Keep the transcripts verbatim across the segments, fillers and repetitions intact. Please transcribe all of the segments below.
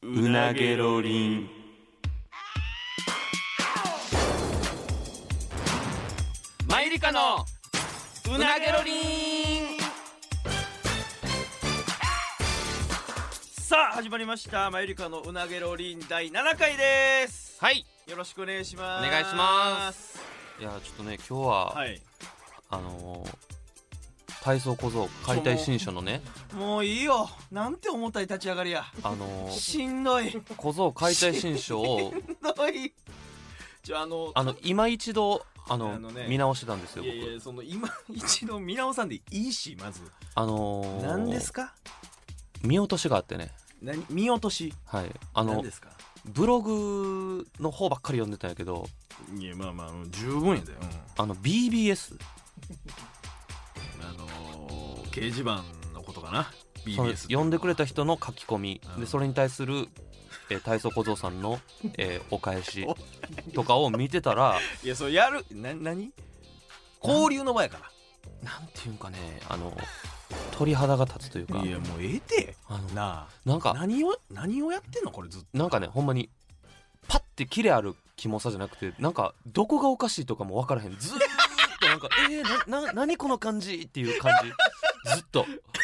うなげろりん。マユリカのうなげろりん。さあ始まりました、マユリカのうなげろりんだいななかいです。 はい、 よろしくお願いします。 お願いします。いやちょっとね今日は、 はい、 あのー、体操小僧解体新書のね、 もういいよ、なんて重たい立ち上がりや。 あのー、 しんどい小僧解体新書をしんどい。じゃああのあの今一度あのあの、ね、 見直してたんですよ。 いやいや、その今一度見直さんでいいし、まずあのー、 何ですか。 見落としがあってね。 何見落とし。 はい、あの何ですか。 ブログの方ばっかり読んでたんやけど、 いやまあまあ十分やで、うん、 あの ビービーエスあのー、掲示板のことかな。 ビービーエス読んでくれた人の書き込み、 うん、 でそれに対する、えー、体操小僧さんの、えー、お返しとかを見てたらいやそれやるな、何交流の場やから、 なんていうんかね、あの鳥肌が立つというか、 いやもうええて、 あのなあ、 なんか何を何をやってんのこれずっと。 なんかねほんまにパッてキレあるキモさじゃなくて、なんかどこがおかしいとかも分からへん、ずーっとなんかえー、なな何この感じっていう感じずっと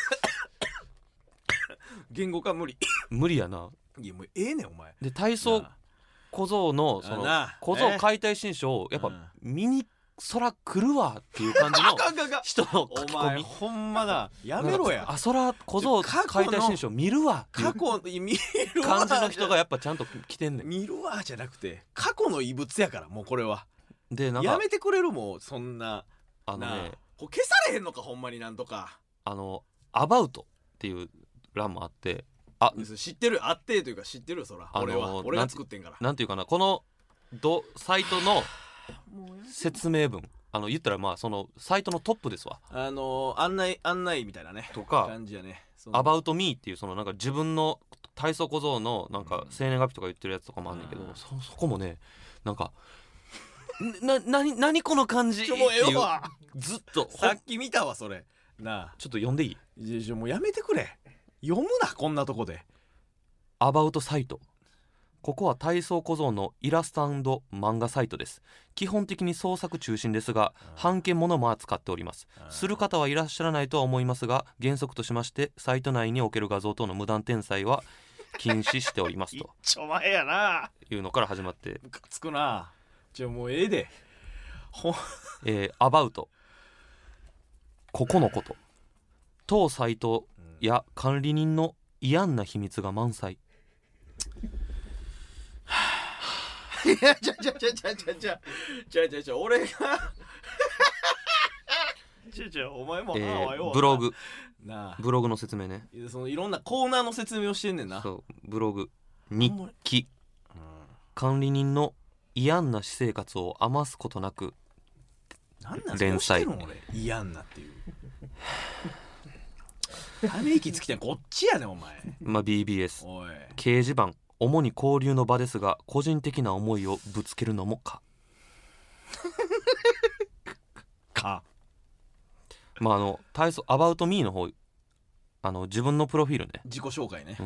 言語化無理無理やな。 いやもうええねんお前。 で体操小僧のその小僧解体新書をやっぱ見にそら来るわっていう感じの人の書き込み。 お前ほんまだやめろや。 あ、そら小僧解体新書見るわっていう過去見るわ感じの人がやっぱちゃんと来てんねん。 見るわじゃなくて過去の遺物やから、もうこれはでなんかやめてくれる。もうそんなあのね、 これ消されへんのかほんまに。なんとかあのアバウトっていう欄もあって、あ知ってる、あってというか知ってるよそら、 あのー、 俺は俺が作ってんから。 なんていうかな、このどサイトの説明文、あの言ったらまあそのサイトのトップですわ。 あのー、案内案内みたいなねとか感じやね。 アバウトミーっていうそのなんか自分の体操小僧のなんか生年月日とか言ってるやつとかもあんねんけど、そ, そこもねなんかな何何この感じっていう、ずっとさっき見たわそれなあ。 ちょっと読んでいい？ いやもうやめてくれ、読むなこんなとこで。 アバウトサイト、ここは体操小僧のイラスト&漫画サイトです。基本的に創作中心ですが、版権ものも扱っております。する方はいらっしゃらないとは思いますが、原則としましてサイト内における画像等の無断転載は禁止しておりますと一丁前やないうのから始まって、 ムカつくな。じゃあもうええでほえー、アバウト、ここのこと、当サイトや管理人の嫌な秘密が満載。 いやじゃじゃじゃじゃじゃじゃじゃじゃじゃ俺がじゃじゃお前も、 えー、 ー、ブログなあ、 ブログの説明ね。 そのいろんなコーナーの説明をしてんねんな。 そうブログ、日記、 うん、 管理人の嫌な私生活を余すことなく連載。 嫌んなっていうため息つきたんこっちやねんお前。 まあ ビービーエスおい掲示板、主に交流の場ですが個人的な思いをぶつけるのもかかまああの体操アバウトミーの方、あの自分のプロフィールね、 自己紹介ね、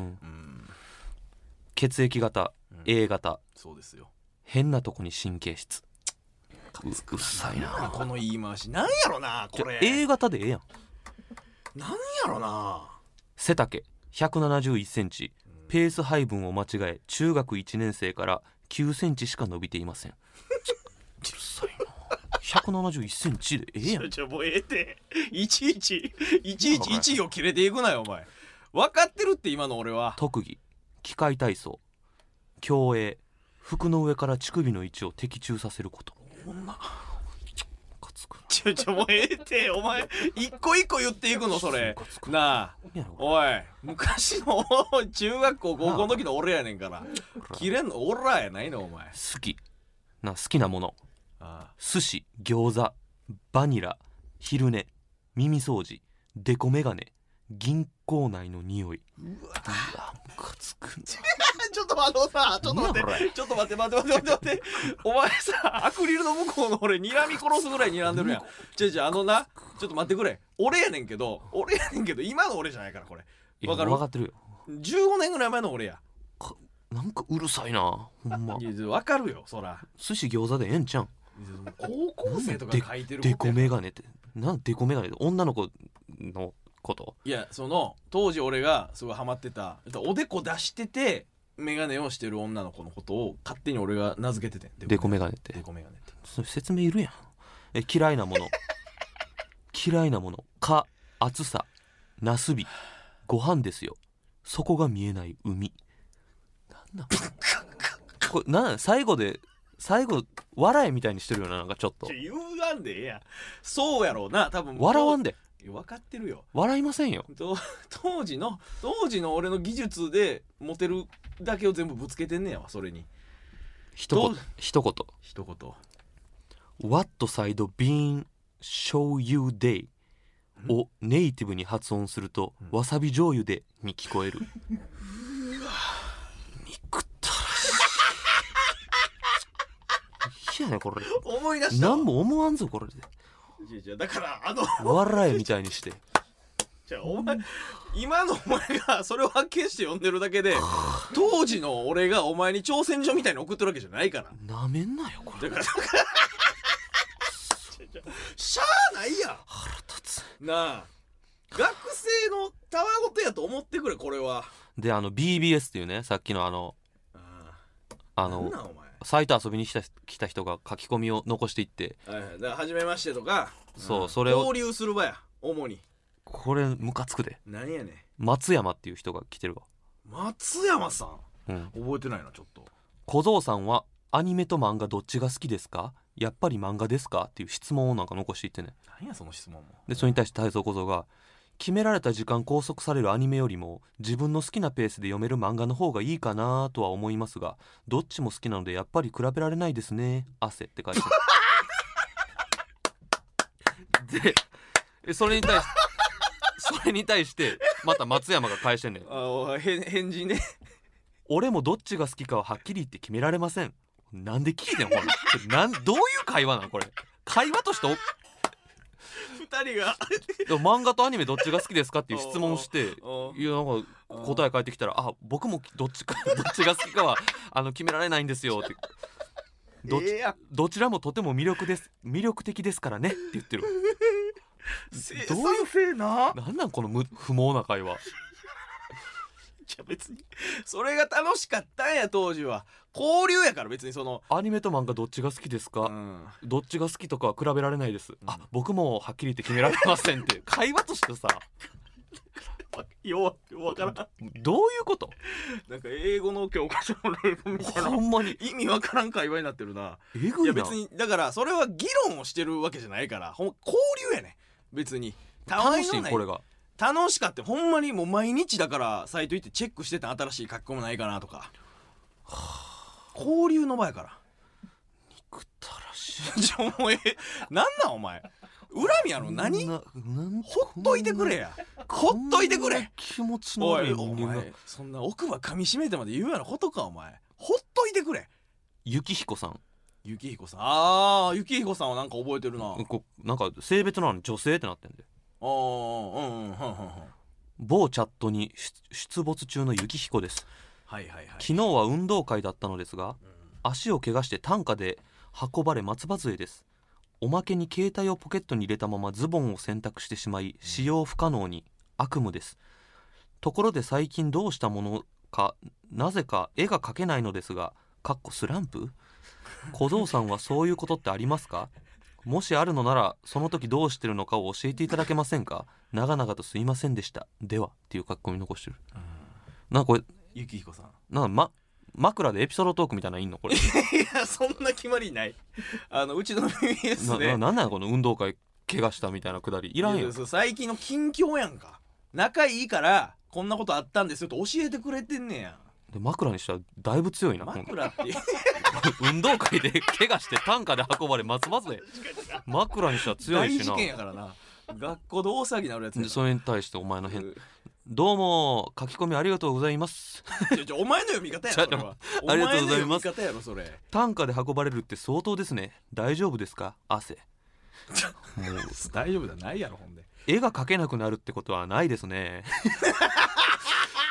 うんうん、 血液型、うん、A 型、 そうですよ、 変なとこに神経質、 う, うっさいなこの言い回し。なんやろなこれ。 A 型でええやん。 なんやろな。 背丈ひゃくななじゅういっセンチ、ペース配分を間違え中学いちねん生からきゅうセンチしか伸びていません。うるさいな。ひゃくななじゅういっセンチでええやん。 ちょもうええて、いちいちいちいちいちを切れていくなよお前。分かってるって今の俺は。 特技機械体操、競泳、服の上から乳首の位置を的中させること。 女かつく。 ちょちょもうええてお前、一個一個言っていくのそれなあ。おい昔の中学校高校の時の俺やねんから、切れんの俺らやないのお前。 好きな好きなもの、 ああ、ムシ、餃子、バニラ、昼寝、耳掃除、デコメガネ、銀行内の匂い。うわムカつくな。 ちょっとあのさ、ちょっと待ってちょっと待って待って待って待ってお前さ、アクリルの向こうの俺睨み殺すぐらい睨んでるやん。ちょちょあのな、ちょっと待ってくれ。俺やねんけど俺やねんけど今の俺じゃないからこれ。わかる？ 分かってるよ。 じゅうごねんぐらい前の俺や。 なんかうるさいなほんま。 いや分かるよそら。 寿司餃子でええんちゃん。 高校生とか書いてるデコことやメガネってなんデコメガネって女の子のこと。 いやその当時俺がすごいハマってたおでこ出しててメガネをしてる女の子のことを勝手に俺が名付けててデコメガネってデコメガネってそれ説明いるやん。え嫌いなもの嫌いなものか暑さなすびご飯ですよ底が見えない海。なんなんこれなん最後で最後笑いみたいにしてるよな。なんかちょっと言わんでええやん。そうやろうな多分。 笑わんで。 分かってるよ。 笑いませんよ。 当時の当時の俺の技術でモテるだけを全部ぶつけてんねやわそれに。 一言一言一言 What side bean show you day をネイティブに発音すると、うん、わさび醤油でに聞こえる。うわ憎ったらしい。いやねこれ。 思い出した。 何も思わんぞこれで。 いやいやだからあの笑いみたいにして。 じゃあお前今のお前がそれを発見して読んでるだけで当時の俺がお前に挑戦状みたいに送ってるわけじゃないから。 なめんなよこれ。 だからしゃあないやん。 腹立つなあ学生のたわごとやと思ってくれこれは。 であの ビービーエス っていうねさっきのあのああのサイト遊びに来た、来た人が書き込みを残していって、 はいはい、だから初めましてとかそう、 うん、 それを交流する場や主に。 これムカつくで。 何やねん。 松山っていう人が来てるわ。 松山さん、うん、覚えてないなちょっと。 小僧さんはアニメと漫画どっちが好きですか、やっぱり漫画ですかっていう質問をなんか残していってね。 何やその質問も。 でそれに対して太蔵小僧が決められた時間拘束されるアニメよりも自分の好きなペースで読める漫画の方がいいかなとは思いますがどっちも好きなのでやっぱり比べられないですね汗って書いてでそれに対してそれに対してまた松山が返してんねん。 あ返事ね。 俺もどっちが好きかははっきり言って決められません。なんで聞いてんほらなんどういう会話なんこれ。会話としてふたりが漫画とアニメどっちが好きですかっていう質問していやなんか答え返ってきたらあ僕もどっちかどっちが好きかはあの決められないんですよってど, えー、どちらもとても魅力です魅力的ですからねって言ってる。 どういうせいななんなんこの無不毛な会話。 じゃ別にそれが楽しかったんや当時は。交流やから別にそのアニメと漫画どっちが好きですか、うん、どっちが好きとかは比べられないです、うん、あ僕もはっきり言って決められませんって会話としてさよう分からん。 どういうこと。 なんか英語の教科書の例文みたいなほんまに意味分からん会話になってるな。 えぐいな。 いや別にだからそれは議論をしてるわけじゃないからほん交流やね別に。 楽しいこれが楽しかったほんまに。もう毎日だからサイト行ってチェックしてた新しい書き込みないかなとか、はあ、交流の場やから。 憎たらしい。 じゃお前なんなんお前恨みやろ。何ほっといてくれや。ほっといてくれ。 気持ちの悪い人間がそんな奥歯噛み締めてまで言うようなことかお前。ほっといてくれ。 幸彦さん。 幸彦さんああ幸彦さんはなんか覚えてるな。 こなんか性別なのに女性ってなってんで。 ああうんうんはんはんはん。 某チャットに出没中の幸彦です。 はいはいはい。 昨日は運動会だったのですが、うん、足を怪我して担架で運ばれ松葉杖です。おまけに携帯をポケットに入れたままズボンを洗濯してしまい使用不可能に。悪夢です。ところで最近どうしたものかなぜか絵が描けないのですがかっこスランプ小僧さんはそういうことってありますか。もしあるのならその時どうしてるのかを教えていただけませんか。長々とすいませんでした。ではっていう書き込み残してる。なんかこれ幸彦さんなんか、ま、枕でエピソードトークみたいなのいんのこれ。いやそんな決まりない。あのうちの ビービーエス で な, な, なんなんやこの運動会怪我したみたいなくだりいらんよ。 最近の近況やんか。仲いいからこんなことあったんですよと教えてくれてんねや。 で枕にしたらだいぶ強いな。 枕って運動会で怪我して担架で運ばれ松葉杖枕にしたら強いしな。 大事件やからな。学校で大騒ぎになるやつやな。 それに対してお前の変どうも書き込みありがとうございます。 ちょちょお前の読み方やろそれは。 ありがとうございます。 お前の読み方やろそれ。 担架で運ばれるって相当ですね。大丈夫ですか汗。 もう大丈夫だないやろほんで。 絵が描けなくなるってことはないですね。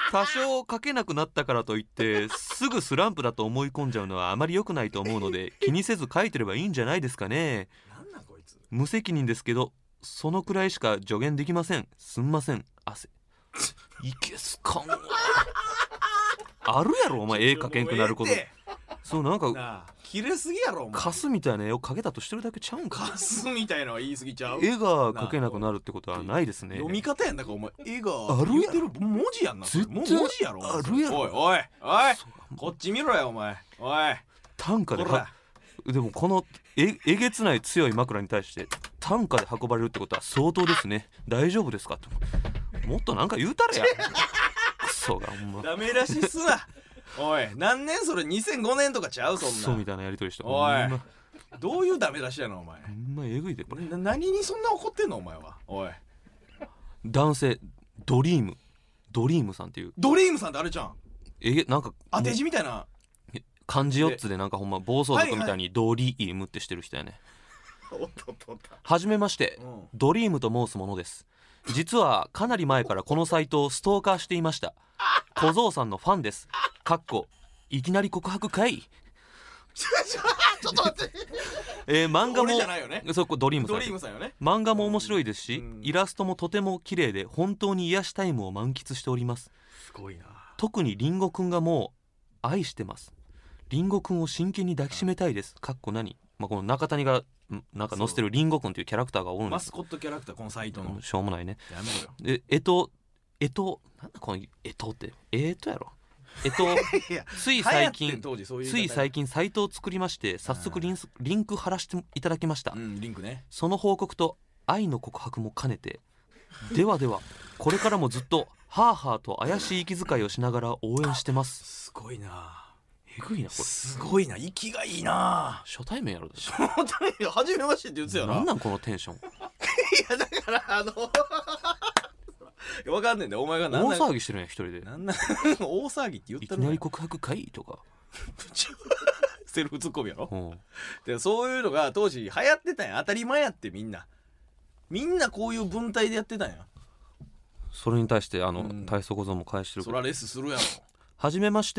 多少書けなくなったからといってすぐスランプだと思い込んじゃうのはあまり良くないと思うので気にせず書いてればいいんじゃないですかね。 なんなんこいつ。 無責任ですけどそのくらいしか助言できません。すんません。汗いけすかんわあるやろお前絵描けんくなること。そうなんかなあ切れすぎやろお前。 カスみたいな絵を描けたとしてるだけちゃうんか。 カスみたいなのは言い過ぎちゃう。 絵が描けなくなるってことはないですね。 読み方やんだからお前絵があるやん言ってる文字やんな。 絶対もう文字やろ。 あるやろおいおいおいこっち見ろよお前。おい短歌ではほらでもこのええげつない強い枕に対して短歌で運ばれるってことは相当ですね。大丈夫ですかってもっとなんか言うたれやクソがほんまダメ出しすなおい何年それにせんごねんとかちゃうそんな。 クソみたいなやりとりしておいほんまどういうダメ出しやのお前。 ほんまえぐいでこれ。 な何にそんな怒ってんのお前は。おい男性ドリームドリームさんっていうドリームさんってあれじゃんえなんか当て字みたいな。 漢字よっつでなんかほんま暴走族みたいにドリームってしてる人やね。 おっとっとっと。 はじめましてうんドリームと申すものです。実はかなり前からこのサイトをストーカーしていました。小僧さんのファンです。かっこいきなり告白かいちょっと待ってえー、漫画も俺じゃないよね。 そこドリームさんドリームさんよね。 漫画も面白いですし、 うんイラストもとても綺麗で本当に癒しタイムを満喫しております。 すごいな。 特にリンゴくんがもう愛してます。リンゴくんを真剣に抱きしめたいです。かっこ何、まあ、この中谷がんなんか載せてるリンゴくんっていうキャラクターがおるんです。 マスコットキャラクターこのサイトの。 うんしょうもないね。 やめろよ。 でえとえとなんだこのえとってえとやろえといやつい最流行近ってん当時そういうつい最近近サイトを作りまして早速リンスリンク貼らせていただきました。 うんリンクね。 その報告と愛の告白も兼ねてではではこれからもずっとハーハーと怪しい息遣いをしながら応援してます。 すごいな。 えぐいなこれ。 すごいな。息がいいな。 初対面やろだし本当に初めましてって言ってたよな。 なんなんこのテンション。 いやだからあのわかんねえんだよお前がなん大なん騒ぎしてるんや一人で。 なんなん大騒ぎって言っいたのよきなり告白かいとか、 セルフツッコミやろ。 うん、 でそういうのが当時流行ってたんや。当たり前やってみんなみんなこういう文体でやってたんや。 それに対してあの、 うん体操小僧も返してるからそらレスするやろ。 はじめまして。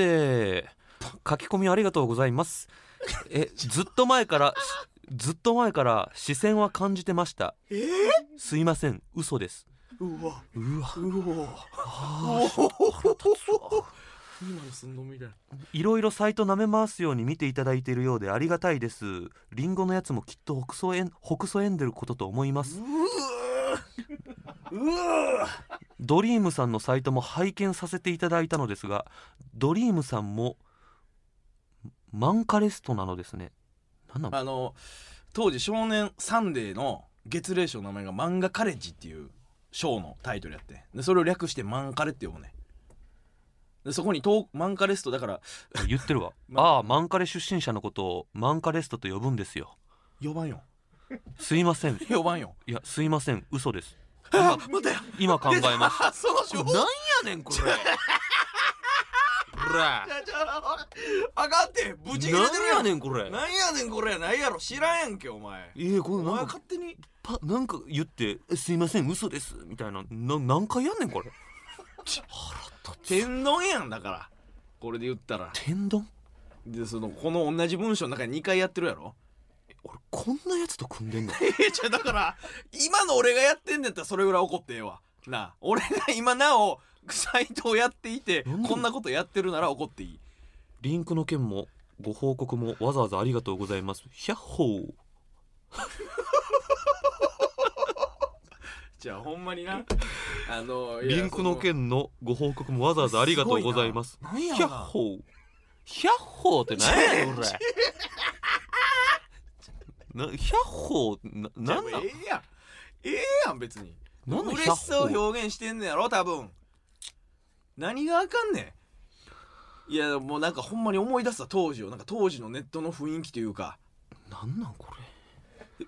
書き込みありがとうございます。えずっと前からずっと前から視線は感じてました。 えー、 すいません嘘です。 うわうわうわあー腹立つわ。 今のすんのみたい。 いろいろサイト舐め回すように見ていただいているようでありがたいです。リンゴのやつもきっと北総えん北総えんでることと思います。 うわうわドリームさんのサイトも拝見させていただいたのですが、ドリームさんもマンカレストなのですね。なんなのあの当時少年サンデーの月齢賞の名前が漫画カレッジっていう賞のタイトルやって、でそれを略してマンカレって呼ぶね。でそこにトーマンカレストだから言ってるわ、 まああマンカレ出身者のことをマンカレストと呼ぶんですよ。 呼ばんよすいません。 呼ばんよ。 いやすいません嘘です。 あまたや今考えました。 その手法なんやねんこれ。ほらちゃちゃあかんってブチ切れてるやん。 なんやねんこれ。 なんやねんこれないやろ知らんやんけお前。 えー、こお前れなんか勝手にパなんか言ってえすいません嘘ですみたいなな何回やんねんこれ。腹立つ。 天丼やんだからこれで言ったら。 天丼。 でそのこの同じ文章の中ににかいやってるやろ。 俺こんなやつと組んでんの。 いやじゃだから今の俺がやってんねんったらそれぐらい怒ってええわなあ。俺が今なおサイトをやっていてなんでこんなことやってるなら怒っていい。 リンクの件もご報告もわざわざありがとうございます。ヒャッホー。 じゃあほんまになあのいやリンクの件のご報告もわざわざありがとうございます。 すごいなヒャッホー。ヒャッホーって何やねんこれ。なヒャッホーなじゃあなんなんええやんええやん別に。 なんなん嬉しさを表現してんねやろ多分。何があかんねん。いやもうなんかほんまに思い出すわ当時を。なんか当時のネットの雰囲気というか。 なんなんこれ。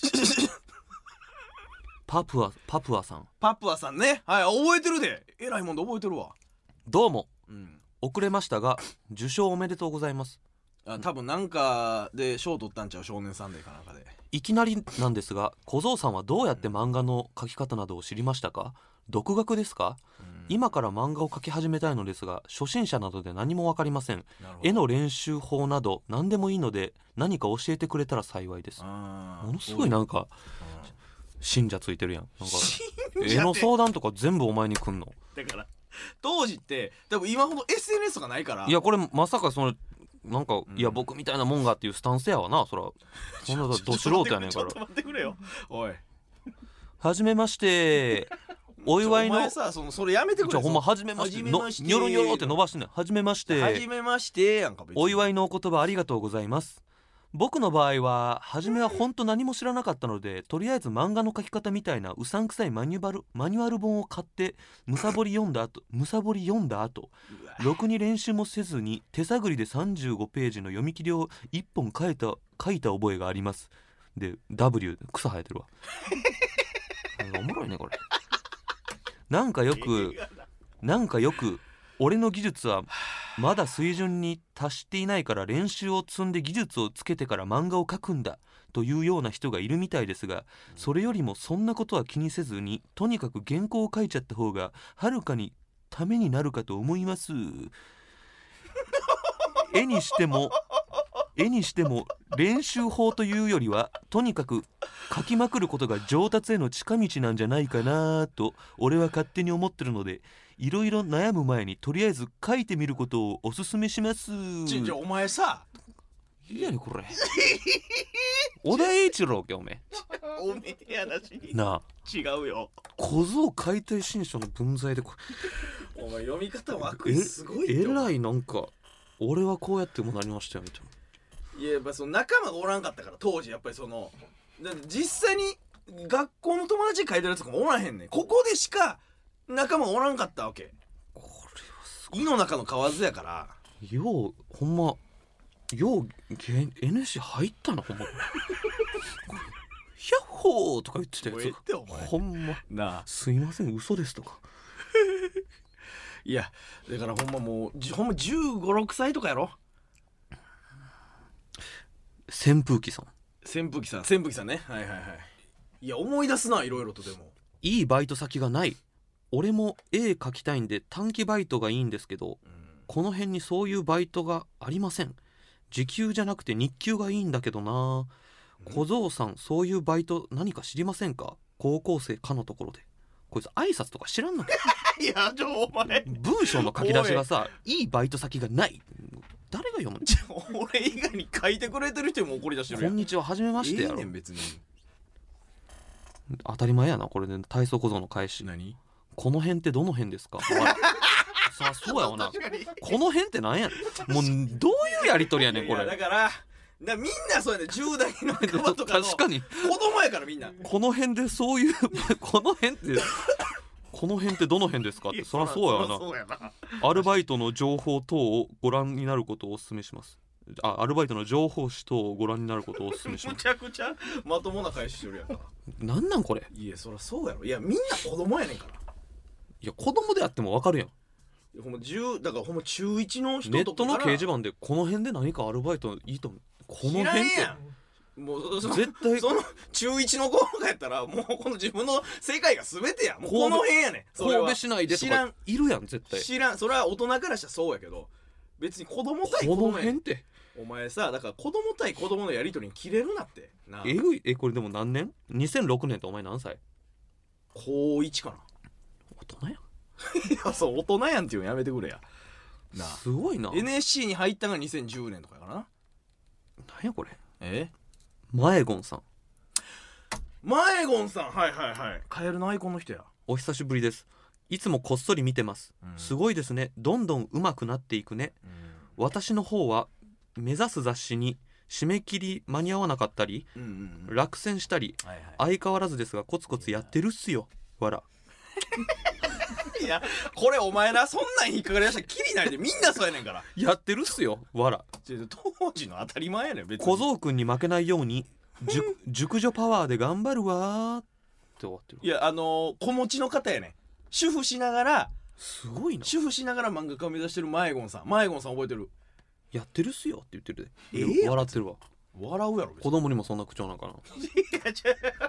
パプアパプアさんパプアさんね。はい覚えてるで。えらいもんで覚えてるわ。 どうもうん遅れましたが受賞おめでとうございます。 あ多分なんかで賞取ったんちゃう少年サンデーかなんかで。 いきなりなんですが小僧さんはどうやって漫画の描き方などを知りましたか。独学ですか。 うん今から漫画を描き始めたいのですが初心者などで何も分かりません。 なるほど絵の練習法など何でもいいので何か教えてくれたら幸いです。 あーものすごいなんかうん信者ついてるやん。なんか信絵者っての相談とか全部お前に来んの。 だから当時って多分今ほど エスエヌエス とかないからいやこれまさかそのなんか、 んいや僕みたいなもんがっていうスタンスやわな。そらそんなど素人やねんから。 ちょっと待ってくれよおいはじめましてお祝いのお前さそのそれやめてくれじゃあほんまはじめましてはじめましてのニョロニョロって伸ばしてね。はじめましはじてめましてやんか別にお祝いのお言葉ありがとうございます。僕の場合は初めは本当何も知らなかったのでとりあえず漫画の描き方みたいなうさんくさいマニュアルマニュアル本を買ってむさぼり読んだ後むさぼり読んだ後うわろくに練習もせずに手探りでさんじゅうごページの読み切りをいっぽん書いた書いた覚えがあります。で W 草生えてるわなんかおもろいねこれ。なんかよくなんかよく俺の技術はまだ水準に達していないから練習を積んで技術をつけてから漫画を描くんだというような人がいるみたいですが、それよりもそんなことは気にせずにとにかく原稿を書いちゃった方がはるかにためになるかと思います。絵にしても絵にしても練習法というよりはとにかく書きまくることが上達への近道なんじゃないかなと俺は勝手に思ってるので、いろいろ悩む前にとりあえず書いてみることをおすすめします。 ちんちょお前さいやねこれ小田栄一郎けおめおめえやなしになあ違うよ小僧解体新書の文在でこお前読み方枠えすごいよえらいなんか俺はこうやってもなりましたよみたいいややっぱその仲間がおらんかったから当時やっぱりそのだって実際に学校の友達に書いてるやつとかもおらへんねん。ここでしか仲間がおらんかったわけ。 な。これはすごい胃の中の蛙やからようほんまよう エヌエスシー 入ったなほんまヒャッホーとか言ってたもうええやつってお前ほんまなあすいません嘘ですとかいやだからほんまもうじほんまじゅうご、ろくさいとかやろ。 扇風機さん扇風機さん扇風機さんねはいはいはい。いや思い出すないろいろとでもいいバイト先がない。俺も絵描きたいんで短期バイトがいいんですけど、 うんこの辺にそういうバイトがありません。時給じゃなくて日給がいいんだけどな。小僧さんそういうバイト何か知りませんか。高校生かのところでこいつ挨拶とか知らんのかいやちょお前文章の書き出しがさいいバイト先がない誰が読むの。 ちょ俺以外に書いてくれてる人も怒り出してるやん。 こんにちははじめましてやろ、 ええねん別に。 当たり前やなこれで、ね、体操小僧の返し何この辺ってどの辺ですかさあそうやわな確かにこの辺ってなんやねんもうどういうやりとりやねんこいやれだからだみんなそうやねじゅう代の仲間とかの確かに子供やからみんなこの辺でそういうこの辺ってこの辺ってどの辺ですかってそりゃそうやわなそうやなアルバイトの情報等をご覧になることをお勧めします。あアルバイトの情報誌等をご覧になることをお勧めしまむす。 ちゃくちゃまともな返ししてるやんか。 なんなんこれ。 いやそりゃそうやろ。いやみんな子供やねんから。 いや子供であってもわかるやん。 いやほんまじゅうだからほんま中いちの人ネットのとかから掲示板でこの辺で何かアルバイトいいと思う。この知らん辺ってやん。もうその絶対その中いちの子がやったらもうこの自分の世界が全てやもうこの辺やねん。それは神戸市内でとか知らんいるやん絶対。 知らんそれは大人からしたらそうやけど別に子供対この子供やねん。 辺ってお前さだから子供対子供のやりとりに切れるなってなあえぐい。えこれでも何年 ?にせんろく 年ってお前何歳。 高いちかな。 大人やん。 いやそう大人やんっていうのやめてくれやなあ。 すごいな。 エヌエスシー に入ったのがにせんじゅうねんとかやからな。 何やこれ。 えマエゴンさんマエゴンさんはいはいはいカエルのアイコンの人や。 お久しぶりです。いつもこっそり見てます、 うんすごいですね。どんどん上手くなっていくね。私の方は目指す雑誌に締め切り間に合わなかったりうんうんうん落選したりはいは相変わらずですがコツコツやってるっすよわら。 いいやこれお前なそんなん引っかかりだしたらキリないでみんなそうやねんからやってるっすよわら。 ちょ当時の当たり前やねん別に小僧くんに負けないように熟熟女パワーで頑張るわーって終わってる。 いやあのー、子持ちの方やねん。主婦しながらすごいな。 主婦しながら漫画家を目指してるマエゴンさん。マエゴンさん覚えてる。 やってるっすよって言ってるで。 ええやん笑ってるわ。 笑うやろ別に。 子供にもそんな口調なんかな。 いや違う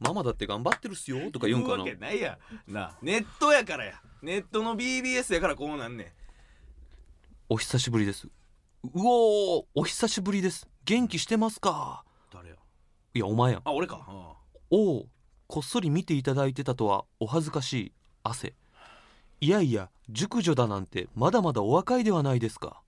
ママだって頑張ってるっすよとか言うんかな。 言うわけないやんな。ネットやからや。ネットの ビービーエス やからこうなんねん。 お久しぶりです。うおー、お久しぶりです。元気してますか。 誰や。 いやお前やん。 あ、俺か。あおお、こっそり見ていただいてたとはお恥ずかしい汗。いやいや熟女だなんてまだまだお若いではないですか。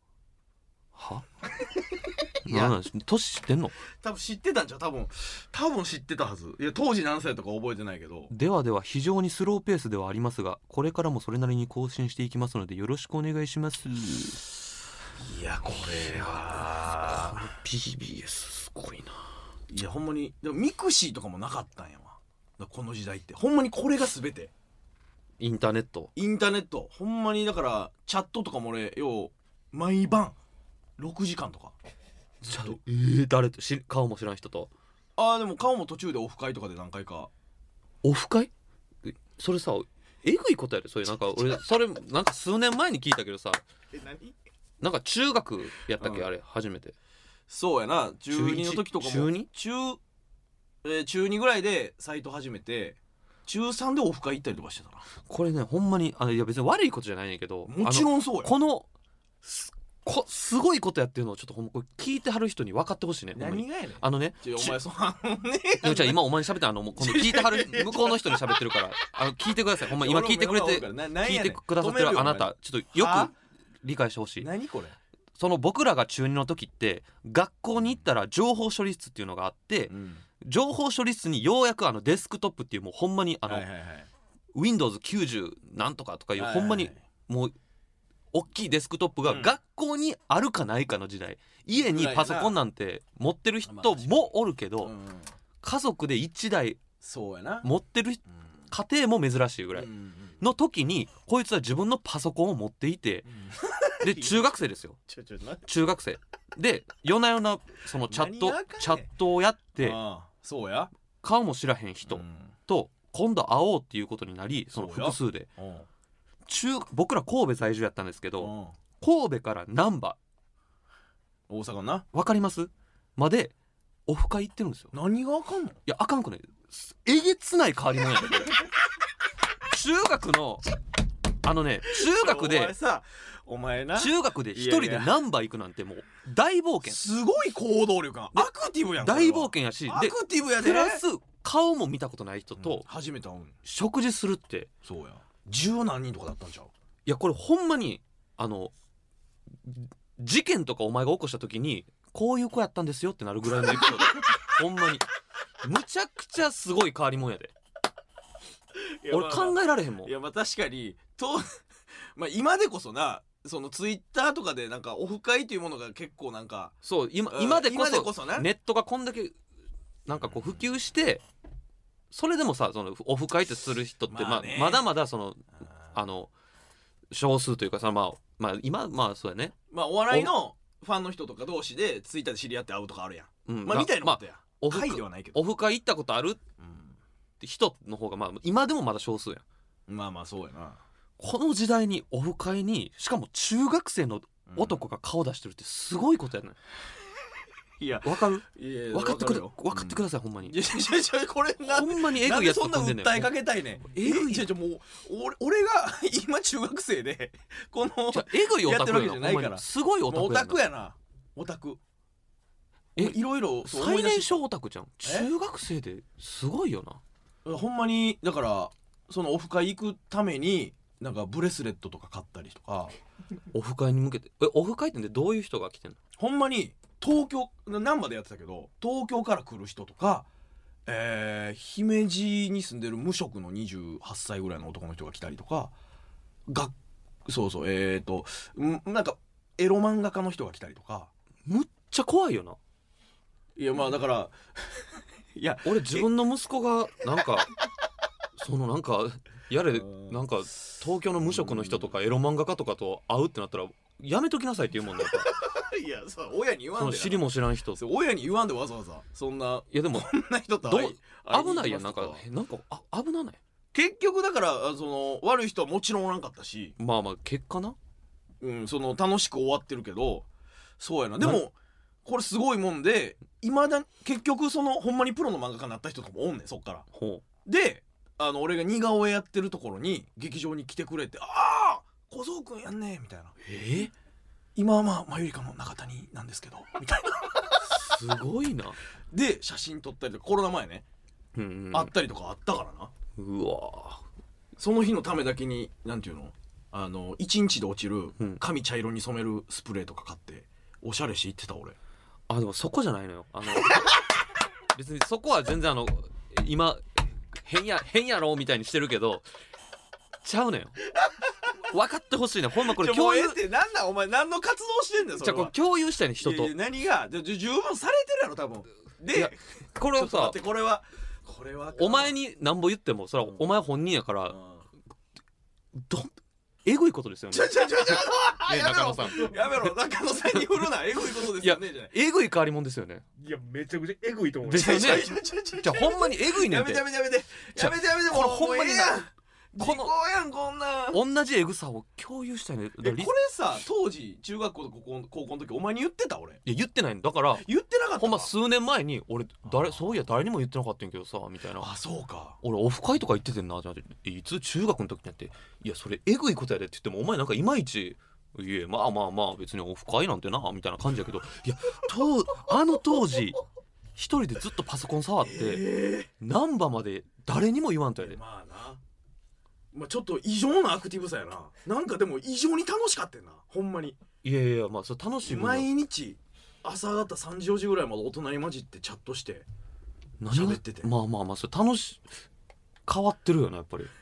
はいやなんなん年知ってんの。 多分知ってたんちゃう。多分多分知ってたはず。いや当時何歳とか覚えてないけど。 ではでは非常にスローペースではありますが、これからもそれなりに更新していきますのでよろしくお願いします。 いやこれはビービーエス すごいな。 いやほんまにでもミクシーとかもなかったんやわ。だからこの時代ってほんまにこれが全て。 インターネットインターネットほんまにだからチャットとかも俺よう毎晩ろくじかんとかずっと。 えー、誰とし顔も知らん人と。 ああでも顔も途中でオフ会とかで何回か。 オフ会えそれさえぐいことやで。それなんか俺それなんか数年前に聞いたけどさ、 え何なんか中学やったっけ、 うんあれ初めて。 そうやなじゅうにの時とかも中に中、えー、中にぐらいでサイト始めて中さんでオフ会行ったりとかしてたな。 これねほんまにあのいや別に悪いことじゃないねんけど、 もちろんそうや。 このすこすごいことやってるのをちょっとほんまこれ聞いてはる人に分かってほしいね。ほんまに何がやねん。 あのねちょお前そうあのねでもじゃあ今お前に喋ってんあのもうこの聞いてはる向こうの人に喋ってるからあの聞いてください。ほんま今聞いてくれて聞いてくださってるあなたちょっとよはく理解してほしい。 何これ。 その僕らが中にの時って学校に行ったら情報処理室っていうのがあって、 うん情報処理室にようやくあのデスクトップっていうもうほんまにあの、 はいはいはいウィンドウズきゅうじゅう なんとかとかいうほんまにもう大きいデスクトップがうん学校にあるかないかの時代、家にパソコンなんて持ってる人もおるけど、 うん家族でいちだいそうやな。 持ってるうん家庭も珍しいぐらいうんうんの時にこいつは自分のパソコンを持っていて、で中学生ですよ。 ちょちょな中学生で夜な夜なそのチャット何があかんねんチャットをやってああそうや顔も知らへん人うんと今度会おうっていうことになり、その複数でうん中僕ら神戸在住やったんですけど、 うん神戸から難波大阪な。 わかりますまでオフ会行ってるんですよ。 何があかんの。 いやあかんくないえげつない変わり者やでこれ中学のあのね中学おで前さお前な中学で一人で難波行くなんてもう大冒険すごい行動力がアクティブやん。 大冒険やしでアクティブやで。 プラス顔も見たことない人うんと初めて会うん。 食事するってそうや十何人とかだったんちゃう。 いやこれほんまにあの事件とかお前が起こした時にこういう子やったんですよってなるぐらいのエピソードほんまにむちゃくちゃすごい変わり者やで。俺考えられへんもん。 いやまあ確かにとまあ今でこそなそのツイッターとかでなんかオフ会というものが結構なんかそう今うん今でこ今でそこそねネットがこんだけなんかこう普及してそれでもさそのオフ会ってする人ってまあまあねまだまだそのああの少数というかさまあまあ今まあそうやね。 まあお笑いのファンの人とか同士でツイッターで知り合って会うとかあるやん。 うんまあみたいなことや。 オフ会ではないけど。 オフ会行ったことあるっうんて人の方がまあ今でもまだ少数やん。 まあまあそうやな。 この時代にオフ会にしかも中学生の男が顔出してるってすごいことやねいやん。わかるいやいや分かってくれわるよ分かってくださいほんまに。 いやいやいやこれなほんまにえぐいやつなんでそんなと組んでんねん。 訴えかけたいねん。 えぐいじゃじゃもう俺俺が今中学生でこのじゃあえぐいオタクやってるわけじゃないからほんまにすごいオタクやなもうオタクやなオタク。 えいろいろそう思最年い出し少オタクじゃん。中学生ですごいよな。 ほんまにだからそのオフ会行くためになんかブレスレットとか買ったりとかオフ会に向けてえオフ会ってねどういう人が来てんの。 ほんまに東京難波でやってたけど東京から来る人とか、えー、姫路に住んでる無職のにじゅうはっさいぐらいの男の人が来たりとかがそうそうえーとんなんかエロ漫画家の人が来たりとか。 むっちゃ怖いよな。 いやまあだからいや俺自分の息子がなんかそのなんかやれうんなんか東京の無職の人とかエロ漫画家とかと会うってなったらやめときなさいって言うもんね。やっぱいやさ親に言わんでその知りも知らん人。 そう親に言わんでわざわざそんないやでもこんな人とどう会い会いに危ないやんなん行きますとかなんかあ危なない。 結局だからあその悪い人はもちろんおらんかったし、 まあまあ結果な。 うん、その楽しく終わってるけどそうやなでもこれすごいもんでいまだ結局そのほんまにプロの漫画家になった人とかもおんねんそっからほであの俺が似顔絵やってるところに劇場に来てくれて「ああ小僧くんやんね」みたいなう。え 「今はまあマユリカの中谷なんですけど」みたいなすごいな。 で写真撮ったりとかコロナ前ね、 うんうん、 あったりとかあったからな。 うわその日のためだけになんていうのあのいちにちで落ちるうん髪茶色に染めるスプレーとか買っておしゃれして行ってた俺。 あでもそこじゃないのよ。あの別にそこは全然あの今変や変やろみたいにしてるけどちゃうのよ。分かってほしいね。ほんまこれ共有。 ってなんなんお前何の活動してんだよそじゃれは。 あこれ共有したいね人と。 いやいや何がでじゅ十分されてるやろ多分。 いやでこれをさちょっと待ってこれはこれはお前になんぼ言ってもそれはお前本人やから、 うんどんえぐいことですよね。 ちょちょちょちょねやめろ中野さんやめろ中野さんに振るなえぐいことですよねじゃないえぐい変わりもんですよね。 いやめちゃくちゃエグいと思うですよねちょちょちょちょじゃあほんまにえぐいねんやめて。 てやめてやめてやめてやめてこれもうほんまになもうええやんこの時効やんこんなん同じエグさを共有したいね。だからリえこれさ当時中学校と高校高校の時お前に言ってた俺いや言ってないんだから言ってなかったかほんま数年前に俺誰そういや誰にも言ってなかったんやけどさみたいな。 あそうか俺オフ会とか行っててんなじゃあいつ中学の時にやっていやそれエグいことやでって言ってもお前なんかいまいちいえまあまあまあ別にオフ会なんてなみたいな感じやけどいやとあの当時一人でずっとパソコン触ってえ難波まで誰にも言わんとやで。 えまあなまあちょっと異常なアクティブさやななんかでも異常に楽しかったよなほんまにいやいやまあそれ楽しい分毎日朝方さんじよじぐらいまで大人に混じってチャットして何が喋っててまあまあまあそれ楽し変わってるよなやっぱり。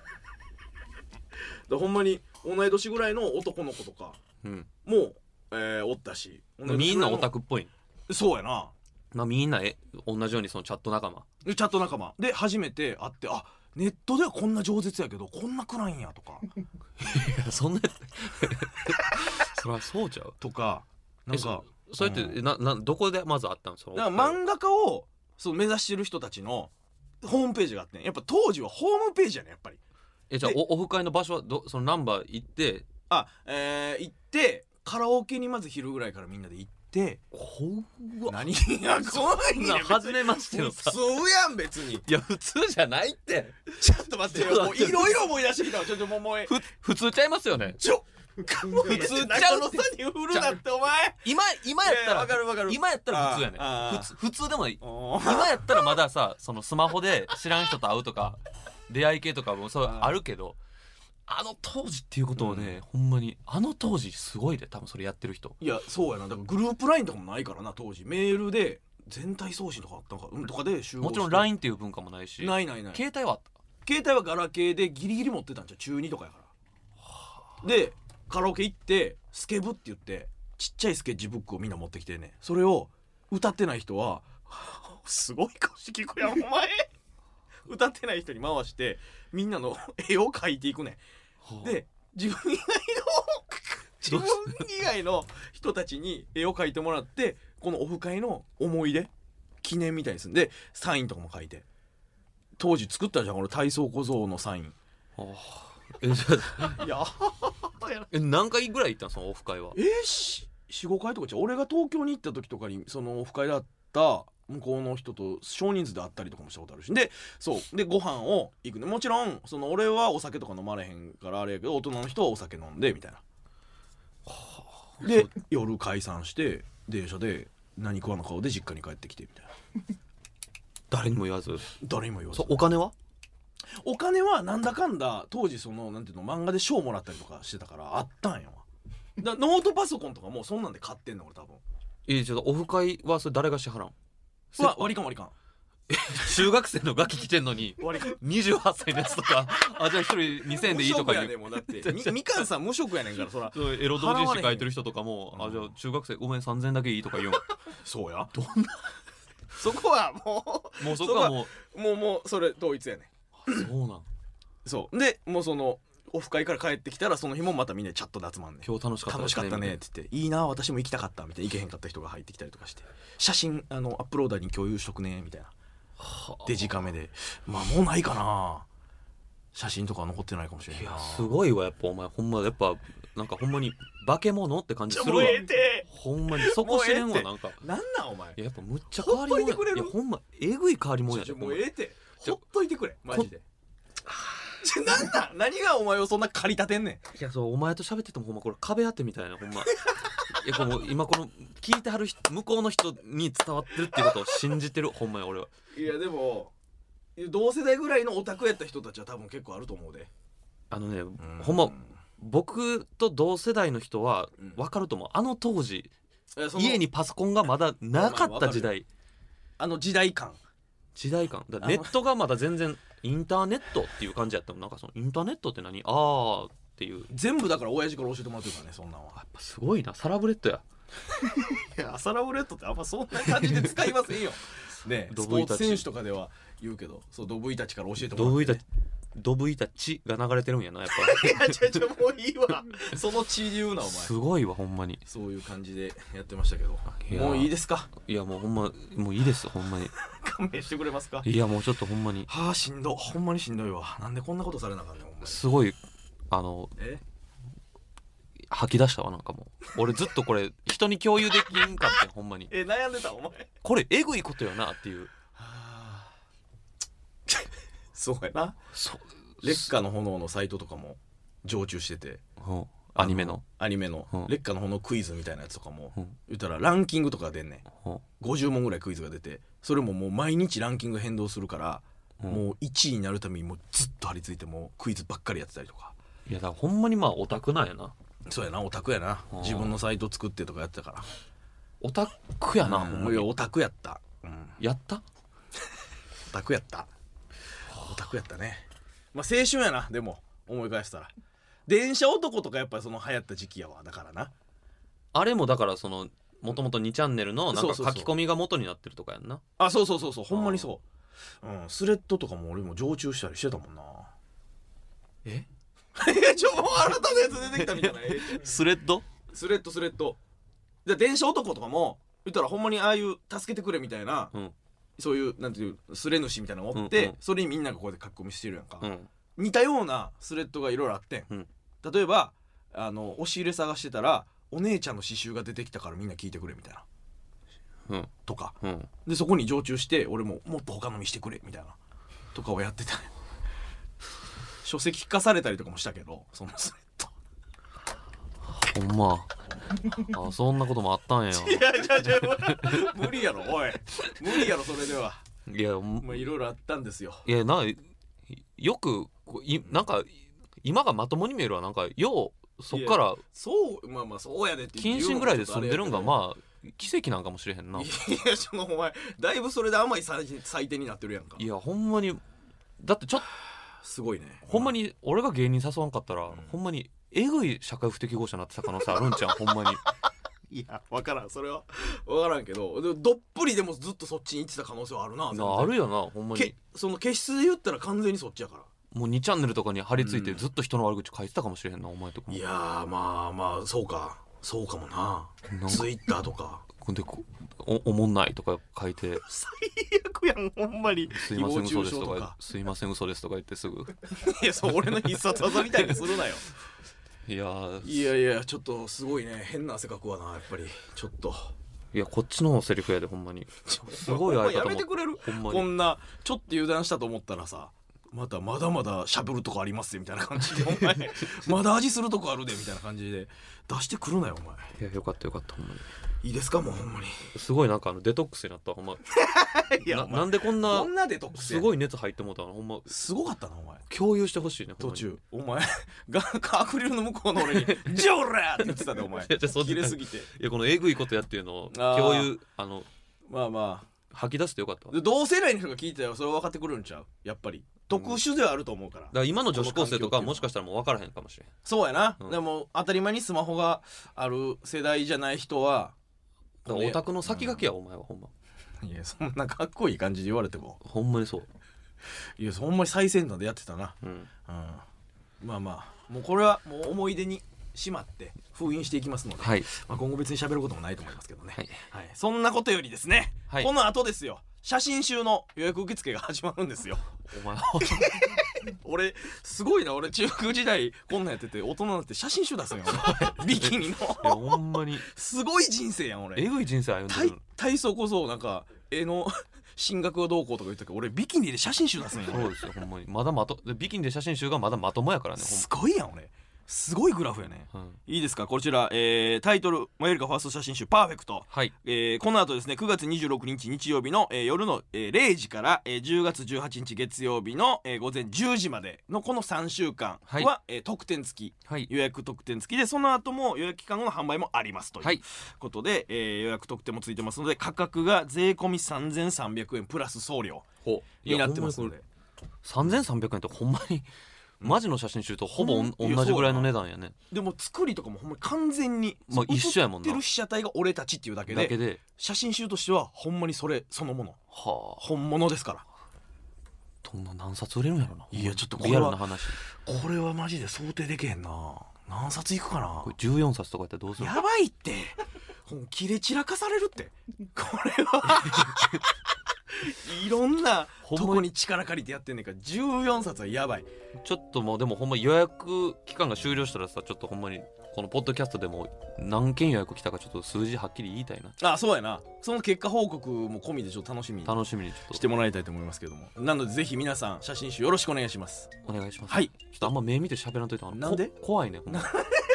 だほんまに同い年ぐらいの男の子とかうんも、えーおったしみんなオタククっぽい。 そうやなまあみんなえ同じようにそのチャット仲間でチャット仲間で初めて会ってあネットではこんな饒舌やけどこんな暗いんやとかいやそんなやつそりゃそうちゃう。 とかなんかえそそれって、 うんななどこでまずあったのそのだから漫画家をそう目指してる人たちのホームページがあってんやっぱ当時はホームページやねやっぱりえじゃあでおオフ会の場所はどそのナンバー行ってあえー、行ってカラオケにまず昼ぐらいからみんなで行ってこうわ何が怖いねん初めましてのさ普通やん別にいや普通じゃないってちょっと待ってちょっとよもう待っていろいろ思い出してきたわちょっともうもうえふ普通ちゃいますよね。 ちょ普普通ちゃう中野さんに振るなってお前今今やったいやらわかるわかる今やったら普通やねあーあー普通普通でもいい。 おー今やったらまださそのスマホで知らん人と会うとか出会い系とかもそうあーあるけどあの当時っていうことをね、ほんまにあの当時すごいで多分それやってる人。 いやそうやなだからグループラインとかもないからな当時メールで全体送信とかあったのかうんとかで集合してもちろん ライン っていう文化もないしないないない携帯はあった携帯はガラケーでギリギリ持ってたんじゃう中にとかやからでカラオケ行ってスケブって言ってちっちゃいスケッチブックをみんな持ってきてねそれを歌ってない人はすごい顔して聞くやんお前歌ってない人に回してみんなの絵を描いていくねんで自分以外の自分以外の人たちに絵を描いてもらってこのオフ会の思い出記念みたいにするんでサインとかも書いて当時作ったじゃんこの体操小僧のサインはあえじゃあいやえ何回ぐらい行ったのそのオフ会は。 えー、しよんごかいとかじゃ俺が東京に行った時とかにそのオフ会だった向こうの人と少人数で会ったりとかもしたことあるしでそうでご飯を行くねもちろんその俺はお酒とか飲まれへんからあれやけど大人の人はお酒飲んでみたいなで夜解散して電車で何食わぬ顔で実家に帰ってきてみたいな誰にも言わず誰にも言わずそお金はお金はなんだかんだ当時そのなんていうの漫画で賞もらったりとかしてたからあったんよだノートパソコンとかもそんなんで買ってんの俺多分えちょっとオフ会はそれ誰が支払うんわ割り勘割り勘中学生のガキ来てんのに割り勘にじゅうはっさいのやつとかあじゃあ一人にせんえんでいいとか無職や言うねんもうだってみみかんさん無職やねんからそらそうエロ同人誌書いてる人とかも払われへんあじゃあ中学生ごめんさんぜんえんだけいいとか言うんそうやどんなそこはももうそこはもうもうもうそれ統一やねうそうなんんそうでもうそのオフ会から帰ってきたらその日もまたみんなでチャットで集まんねん今日楽しかった楽しかったねって言っていいな私も行きたかったみたいな行けへんかった人が入ってきたりとかして写真あのアップローダーに共有しとくねみたいなデジカメでまあもうないかな写真とか残ってないかもしれないいやなすごいわやっぱお前ほんまやっぱなんかほんまに化け物って感じするわちょもうええてほんまにそこ知れんもうええってわなんかなんなんお前いややっぱむっちゃ変わりもんほっといてくれるいやほんまえぐい変わりもんやちょでほんまもうええってちょほっといてくれマジでちょなんなん何がお前をそんな駆り立てんねんいやそうお前と喋っててもほんまこれ壁当てみたいなほんまいやこれもう今この聞いてはる人向こうの人に伝わってるっていうことを信じてるほんまに俺はいやでも同世代ぐらいのオタクやった人たちは多分結構あると思うであのねうんほんま僕と同世代の人はうん分かると思うあの当時いやその家にパソコンがまだなかった時代あの時代感時代感だあのネットがまだ全然インターネットっていう感じやったもんなんかそのインターネットって何あーっていう全部だから親父から教えてもらってるからねそんなんはやっぱすごいなサラブレッドやいやサラブレッドってあんまそんな感じで使いませんよねドスポブイたちーツ選手とかでは言うけどそうドブイたちから教えてもドブイたらって、ね、 ドブイたちが流れてるんやなやっぱいやちょちょもういいわその血言うなお前すごいわほんまにそういう感じでやってましたけどいやもういいですかいやもうほんまもういいですほんまに勘弁してくれますかいやもうちょっとほんまにはあしんどほんまにしんどいわなんでこんなことされなあかんねんほんまにすごいあのえ吐き出したわなんかもう俺ずっとこれ人に共有できんかってほんまにえ悩んでたお前これえぐいことよなっていうはあそうやなそう烈火の炎のサイトとかも常駐しててうんアニメのアニメのうん烈火の炎クイズみたいなやつとかもうん言ったらランキングとか出んねんうんごじゅう問ぐらいクイズが出てそれももう毎日ランキング変動するから、 うんもういちいになるためにもうずっと張り付いてもうクイズばっかりやってたりとかいやだからほんまにまあオタクなんやなそうやなオタクやなうん自分のサイト作ってとかやってたからオタクやな、ほんまにうんいやオタクやった、うん、 やったオタクやったオタクやったねまあ青春やなでも思い返したら電車男とかやっぱりその流行った時期やわだからなあれもだからそのもともとにチャンネルのなんかそうそうそう書き込みが元になってるとかやんなあそうそうそうそうほんまにそう、うん、スレッドとかも俺も常駐したりしてたもんなええちょもう新たなやつ出てきたみたいなスレッドスレッドスレッドで電車男とかも言ったらほんまにああいう助けてくれみたいな、 うん、 そういうなんていうスレ主みたいなのを持って、 うんうんそれにみんながこうやって書き込みしてるやんか、 うん似たようなスレッドがいろいろあってん、 うん、 例えばあの押し入れ探してたらお姉ちゃんの刺繍が出てきたからみんな聞いてくれみたいなうんとかうんでそこに常駐して俺ももっと他の見してくれみたいなとかをやってた書籍化されたりとかもしたけどそのスレッドほんまあそんなこともあったんやいやじゃじゃ無理やろおい無理やろそれではいやまあいろいろあったんですよいやなよくこういなんか今がまともに見えるわなんかようそっからそうまあまあそうやでって謹慎ぐらいで済んでるんがあまあ奇跡なんかもしれへんないやそのお前だいぶそれで甘い採採点になってるやんかいやほんまにだってちょっとすごいねほんまに俺が芸人誘わんかったら、 んほんまにえぐい社会不適合者になってた可能性あるんちゃうほんまにいや分からんそれは分からんけどでどっぷりでもずっとそっちに行ってた可能性はあるな全然なあるよなほんまにけその消失で言ったら完全にそっちやからもうにチャンネルとかに張り付いてうんずっと人の悪口書いてたかもしれへんなお前とかもいやーまあまあそうかそうかもななんかツイッターとかでこおおもんないとか書いて最悪やんほんまにすいません誹謗嘘ですとか中傷とかすいません嘘ですとか言ってすぐいやそう俺の必殺技みたいにするなよいやーいやいやちょっとすごいね変な汗かくわなやっぱりちょっといやこっちのセリフやでほんまにすごい相方もやめてくれるほんまにこんなちょっと油断したと思ったらさまたまだまだしゃべるとこありますよみたいな感じでお前まだ味するとこあるでみたいな感じで出してくるなよお前いやよかったよかったほんまにいいですかもうほんまにすごいなんかあのデトックスになったほんまないやお前なんでこんなこんなデトックスすごい熱入ってもうたのほんますごかったなお前共有してほしいねほんまに途中お前がアクリルの向こうの俺に「ジョーラ!」って言ってたでお前いやじゃあそんな切れすぎていやこのえぐいことやっていうのをあー共有あのまあま吐き出してよかったわあで同世代の人が聞いてたらそれ分かってくるんちゃうやっぱり特殊ではあると思うから、 だから今の女子高生とかこの環境っていうのはもしかしたらもう分からへんかもしれんそうやな、 うんでも当たり前にスマホがある世代じゃない人はだからオタクの先駆けやお前はほんまいやそんなかっこいい感じで言われてもほんまにそういやほんまに最先端でやってたな、 うんうん、まあまあもうこれはもう思い出にしまって封印していきますので、 はいまあ、今後別に喋ることもないと思いますけどね、 はいはい、そんなことよりですね、 はいこの後ですよ写真集の予約受付が始まるんですよお前俺すごいな、俺中学時代こんなんやってて大人になって写真集出すんや俺ビキニいやのほんまにすごい人生やん俺。 えぐい人生歩んで体る。 体操こそなんか絵の進学がどうこうとか言ったけど俺ビキニで写真集出すんやそうですよほんまに。まだまとでビキニで写真集がまだまともやからねほんすごいやん俺。すごいグラフやね。 ま、うん、 いいですかこちら、えー、タイトルマユリカファースト写真集パーフェクト、 はいえー、この後ですねくがつにじゅうろくにち日曜日の、えー、夜の、えー、れいじから、えー、じゅうがつじゅうはちにち月曜日の、えー、午前じゅうじまでのこのさんしゅうかんは、 はいえー特典付きはい予約特典付きでその後も予約期間後の販売もありますというはいことで、えー予約特典もついてますので価格が税込みさんぜんさんびゃくえんプラス送料ほになってますのでさんぜんさんびゃくえんってほんまにマジの写真集とほぼおんうん同じぐらいの値段やね。 でも作りとかもほんまに完全に、 まあ一緒やもんな写ってる被写体が俺たちっていうだけでだけで写真集としてはほんまにそれそのものはあ本物ですから。 どんな何冊売れるんやろな。 いやちょっとこれはリアルな話。 これはマジで想定できへんな。何冊いくかなこれじゅうよんさつとかやったらどうする。 やばいってほん切れ散らかされるってこれはいろんなほんまにとこに力借りてやってんねんからじゅうよんさつはやばい。 ちょっともうでもほんま予約期間が終了したらさちょっとほんまにこのポッドキャストでも何件予約来たかちょっと数字はっきり言いたいな。 あそうやな。その結果報告も込みでちょっと楽しみに楽しみにちょっとしてもらいたいと思いますけども、なのでぜひ皆さん写真集よろしくお願いします。 お願いします。 はいちょっとあんま目見て喋らんといて。 なんでこ怖いねほんま。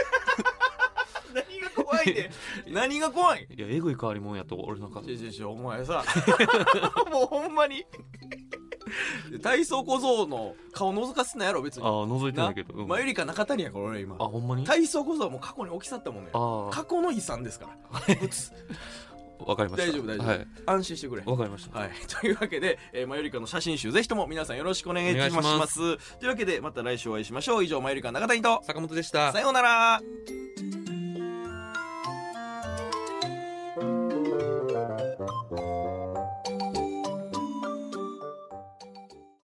何が怖いね何が怖い。 いやえぐい変わりもんやと俺なんかちょちょちょお前さもうほんまに体操小僧の顔覗かすなやろ別に。 ああ覗いてないけど、うん、 マユリカ中谷やから俺今あほんまに体操小僧はもう過去に起き去ったもんね。 あ過去の遺産ですから物あわかりました。 大丈夫大丈夫、 はい安心してくれ。 わかりました。 はい、というわけで、えー、マユリカの写真集ぜひとも皆さんよろしくお願いいたします。 お願いしますというわけでまた来週お会いしましょう。以上マユリカ中谷と坂本でした。 さようなら。